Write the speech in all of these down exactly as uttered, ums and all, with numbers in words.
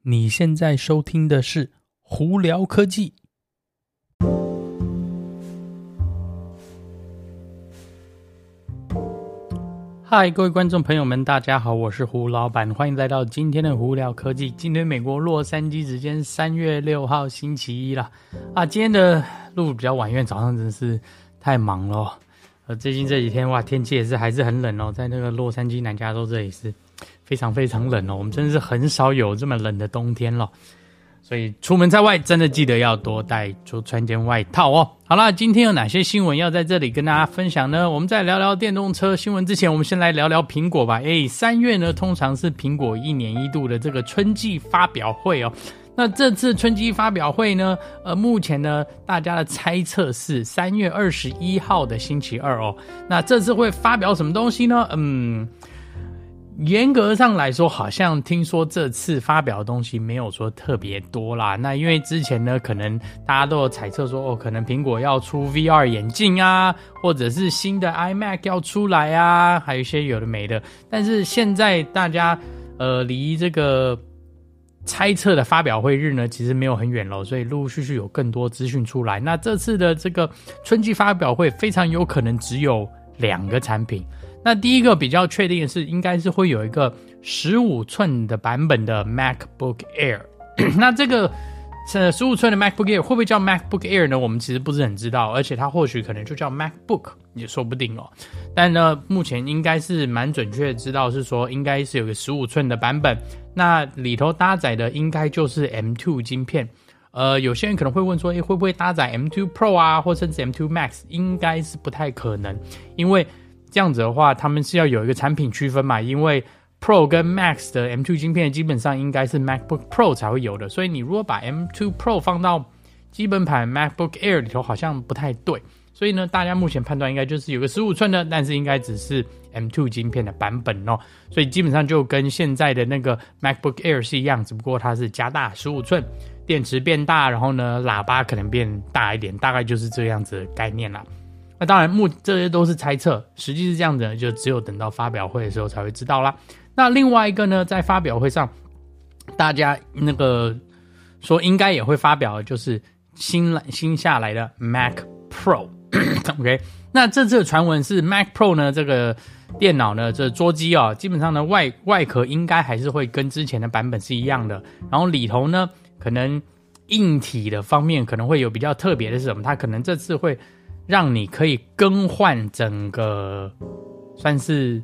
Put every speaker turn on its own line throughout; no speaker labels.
你现在收听的是胡聊科技。嗨，各位观众朋友们，大家好，我是胡老板，欢迎来到今天的胡聊科技。今天美国洛杉矶时间三月六号星期一啦。啊，今天的录比较晚，因为早上真的是太忙了、哦。呃，最近这几天哇，天气也是还是很冷哦，在那个洛杉矶南加州这里是非常非常冷哦，我们真的是很少有这么冷的冬天了。所以出门在外真的记得要多带，就穿件外套哦。好啦，今天有哪些新闻要在这里跟大家分享呢？我们在聊聊电动车新闻之前，我们先来聊聊苹果吧。诶，三月呢通常是苹果一年一度的这个春季发表会哦。那这次春季发表会呢，呃，目前呢大家的猜测是三月二十一号的星期二哦。那这次会发表什么东西呢？嗯。严格上来说，好像听说这次发表的东西没有说特别多啦。那因为之前呢，可能大家都有猜测说，哦，可能苹果要出 V R 眼镜啊，或者是新的 iMac 要出来啊，还有一些有的没的。但是现在大家呃离这个猜测的发表会日呢，其实没有很远咯，所以陆陆续续有更多资讯出来。那这次的这个春季发表会非常有可能只有两个产品。那第一个比较确定的是，应该是会有一个十五寸的版本的 MacBook Air 那这个呃十五寸的 MacBook Air 会不会叫 MacBook Air 呢？我们其实不是很知道，而且它或许可能就叫 MacBook 也说不定哦。但呢，目前应该是蛮准确的知道是说，应该是有个十五寸的版本，那里头搭载的应该就是 M 二 晶片。呃，有些人可能会问说，诶，会不会搭载 M 二 Pro 啊，或甚至 M 二 Max？ 应该是不太可能，因为这样子的话，他们是要有一个产品区分嘛，因为 Pro 跟 Max 的 M 二 晶片基本上应该是 MacBook Pro 才会有的，所以你如果把 M 二 Pro 放到基本盘 MacBook Air 里头好像不太对，所以呢，大家目前判断应该就是有个十五寸的，但是应该只是 M 二 晶片的版本哦，所以基本上就跟现在的那个 MacBook Air 是一样，只不过它是加大十五寸，电池变大，然后呢，喇叭可能变大一点，大概就是这样子的概念啦。那当然目这些都是猜测，实际是这样子，就只有等到发表会的时候才会知道啦。那另外一个呢，在发表会上大家那个说应该也会发表的就是新新下来的 Mac Pro OK， 那这次的传闻是 Mac Pro 呢，这个电脑呢，这桌机哦，基本上呢外外壳应该还是会跟之前的版本是一样的，然后里头呢可能硬体的方面可能会有比较特别的是什么，它可能这次会让你可以更换整个算是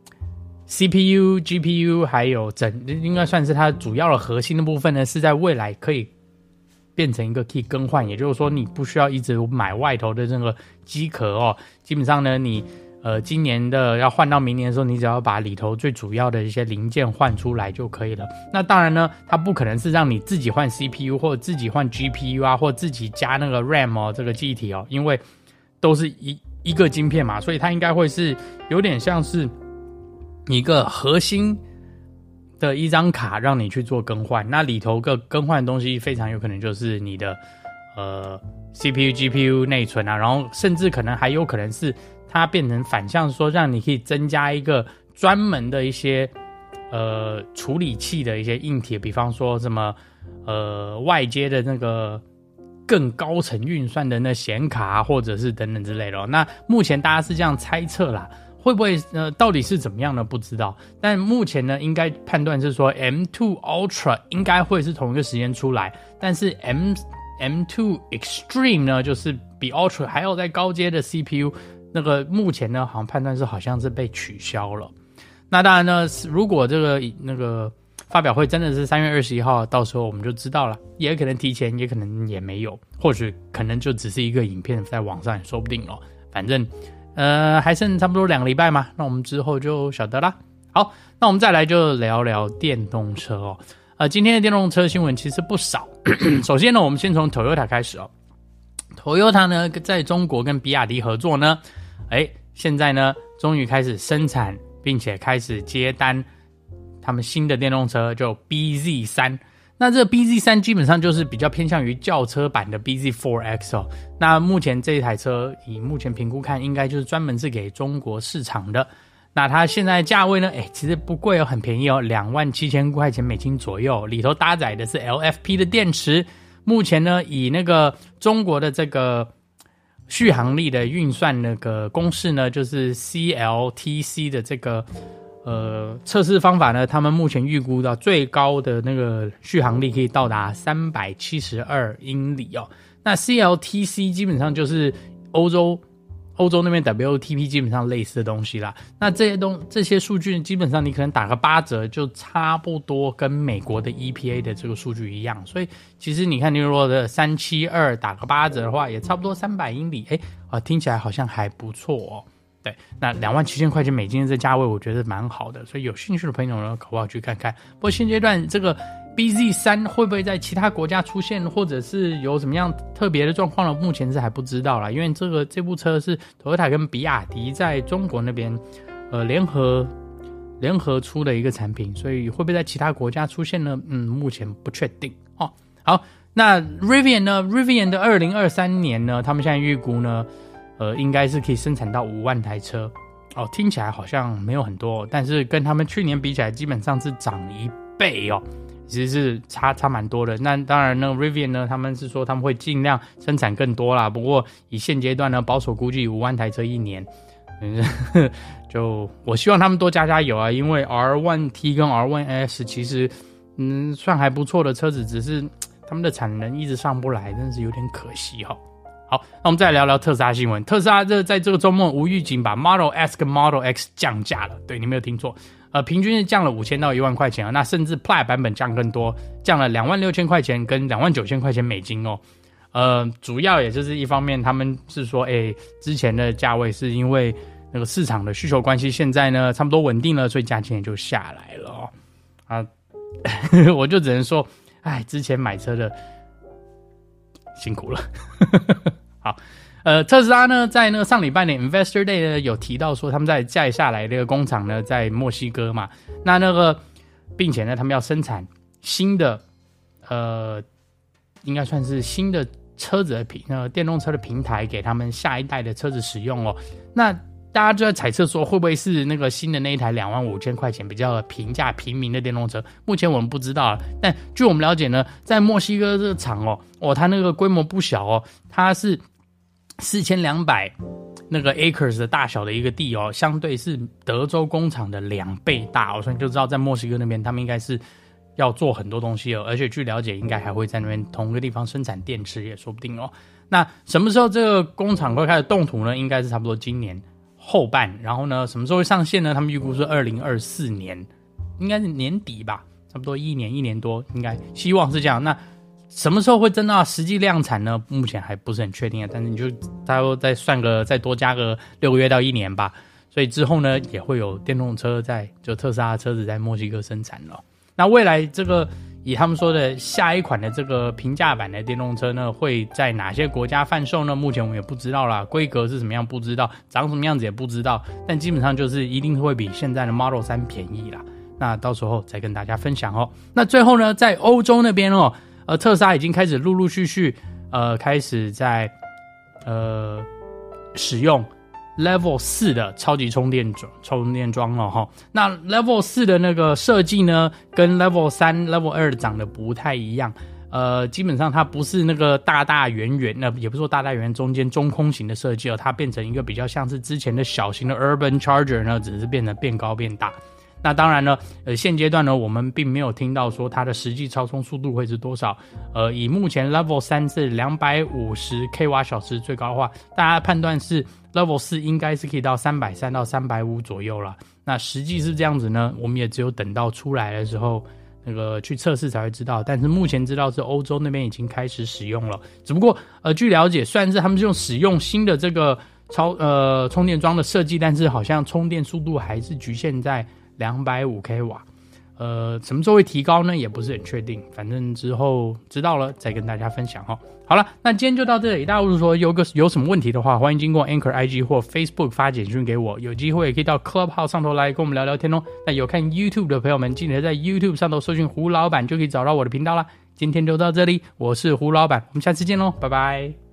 C P U、G P U 还有整应该算是它主要的核心的部分呢，是在未来可以变成一个可以更换，也就是说你不需要一直买外头的这个机壳哦，基本上呢你呃今年的要换到明年的时候，你只要把里头最主要的一些零件换出来就可以了。那当然呢，它不可能是让你自己换 C P U 或者自己换 G P U 啊，或者自己加那个 RAM 哦，这个记忆体哦，因为都是一一个晶片嘛，所以它应该会是有点像是一个核心的一张卡让你去做更换，那里头个更换的东西非常有可能就是你的呃 C P U、G P U 内存啊，然后甚至可能还有可能是它变成反向说让你可以增加一个专门的一些呃处理器的一些硬体，比方说什么呃外接的那个更高层运算的那显卡啊，或者是等等之类的哦。那目前大家是这样猜测啦，会不会呃到底是怎么样呢？不知道。但目前呢，应该判断是说 M 二 Ultra 应该会是同一个时间出来，但是 M M 二 Extreme 呢，就是比 Ultra 还要再高阶的 C P U， 那个目前呢，好像判断是好像是被取消了。那当然呢，如果这个那个发表会真的是三月二十一号，到时候我们就知道了，也可能提前，也可能也没有，或许可能就只是一个影片在网上也说不定哦。反正呃还剩差不多两个礼拜嘛，那我们之后就晓得啦。好，那我们再来就聊聊电动车哦。呃，今天的电动车新闻其实不少。首先呢，我们先从 Toyota 开始哦。Toyota 呢，在中国跟比亚迪合作呢，哎，现在呢，终于开始生产，并且开始接单。他们新的电动车就 B Z 三， 那这个 B Z 三 基本上就是比较偏向于轿车版的 B Z 四 X 哦。那目前这一台车以目前评估看，应该就是专门是给中国市场的。 那它现在价位呢，哎，其实不贵哦，很便宜哦，两万七千块钱美金左右，里头搭载的是 L F P 的电池，目前呢以那个中国的这个续航力的运算那个公式呢，就是 C L T C 的这个呃测试方法呢，他们目前预估到最高的那个续航力可以到达三百七十二英里哦。那 C L T C 基本上就是欧洲欧洲那边 W T P 基本上类似的东西啦。那这些东这些数据基本上你可能打个八折，就差不多跟美国的 E P A 的这个数据一样。所以其实你看你如果的三百七十二打个八折的话，也差不多三百英里，哎啊，听起来好像还不错哦。对，那两万七千块钱美金的这价位，我觉得蛮好的，所以有兴趣的朋友呢，搞不好去看看。不过现阶段这个 B Z 三 会不会在其他国家出现，或者是有什么样特别的状况呢？目前是还不知道啦，因为这个这部车是 Toyota 跟比亚迪在中国那边呃联合联合出的一个产品，所以会不会在其他国家出现呢？嗯，目前不确定哦。好，那 Rivian 呢 ？Rivian 的二零二三年呢，他们现在预估呢，呃，应该是可以生产到五万台车哦，听起来好像没有很多，但是跟他们去年比起来，基本上是涨一倍哦。其实是差差蛮多的。那当然呢 Rivian 呢，他们是说他们会尽量生产更多啦。不过以现阶段呢，保守估计五万台车一年，就我希望他们多加加油啊，因为 R 一 T 跟 R 一 S 其实嗯算还不错的车子，只是他们的产能一直上不来，真是有点可惜哈。好，那我们再来聊聊特斯拉新闻。特斯拉这在这个周末无预警把 Model S 跟 Model X 降价了，对，你没有听错。呃，平均是降了五千到一万块钱啊，那甚至 Plaid 版本降更多，降了两万六千块钱跟两万九千块钱美金哦。呃，主要也就是一方面，他们是说，哎，之前的价位是因为那个市场的需求关系，现在呢差不多稳定了，所以价钱也就下来了哦。啊，我就只能说，哎，之前买车的辛苦了。好。呃，特斯拉呢，在那个上礼拜的 Investor Day 呢，有提到说他们在载下来的工厂呢，在墨西哥嘛，那那个，并且呢，他们要生产新的，呃，应该算是新的车子的平，呃，电动车的平台给他们下一代的车子使用哦。那大家就在猜测说，会不会是那个新的那一台两万五千块钱比较平价平民的电动车？目前我们不知道，但据我们了解呢，在墨西哥这个厂哦，哦，它那个规模不小哦，它是四千两百那个 acres 的大小的一个地哦，相对是德州工厂的两倍大哦，所以你就知道在墨西哥那边他们应该是要做很多东西哦，而且据了解应该还会在那边同一个地方生产电池也说不定哦。那什么时候这个工厂会开始动土呢？应该是差不多今年后半，然后呢什么时候会上线呢？他们预估是二零二四年，应该是年底吧，差不多一年一年多，应该希望是这样。那什么时候会真到实际量产呢？目前还不是很确定啊，但是你就大概再算个再多加个六个月到一年吧，所以之后呢也会有电动车在就特斯拉的车子在墨西哥生产了。那未来这个以他们说的下一款的这个平价版的电动车呢，会在哪些国家贩售呢？目前我们也不知道啦，规格是什么样不知道，长什么样子也不知道，但基本上就是一定会比现在的 Model 三便宜啦。那到时候再跟大家分享哦。那最后呢，在欧洲那边哦。呃，特斯拉已经开始陆陆续续，呃，开始在呃使用 Level 四的超级充电桩充电桩了哈。那 Level 四的那个设计呢，跟 Level 三、Level 二长得不太一样。呃，基本上它不是那个大大圆圆，那也不是说大大圆圆中间中空型的设计哦，它变成一个比较像是之前的小型的 Urban Charger 呢，只是变成变高变大。那当然呢，呃，现阶段呢，我们并没有听到说它的实际超充速度会是多少。呃，以目前 Level 三是两百五十 k 瓦小时最高的话，大家判断是 Level 四应该是可以到三百三到三百五左右了。那实际是这样子呢，我们也只有等到出来的时候，那个去测试才会知道。但是目前知道是欧洲那边已经开始使用了，只不过呃，据了解，虽然是他们是用使用新的这个超呃充电桩的设计，但是好像充电速度还是局限在两百五 k 瓦，呃，什么时候会提高呢？也不是很确定，反正之后知道了再跟大家分享哦。好了，那今天就到这里。大家如果说有个有什么问题的话，欢迎经过 Anchor I G 或 Facebook 发简讯给我，有机会也可以到 Clubhouse 上头来跟我们聊聊天哦。那有看 YouTube 的朋友们，记得在 YouTube 上头搜寻胡老板就可以找到我的频道啦。今天就到这里，我是胡老板，我们下次见喽，拜拜。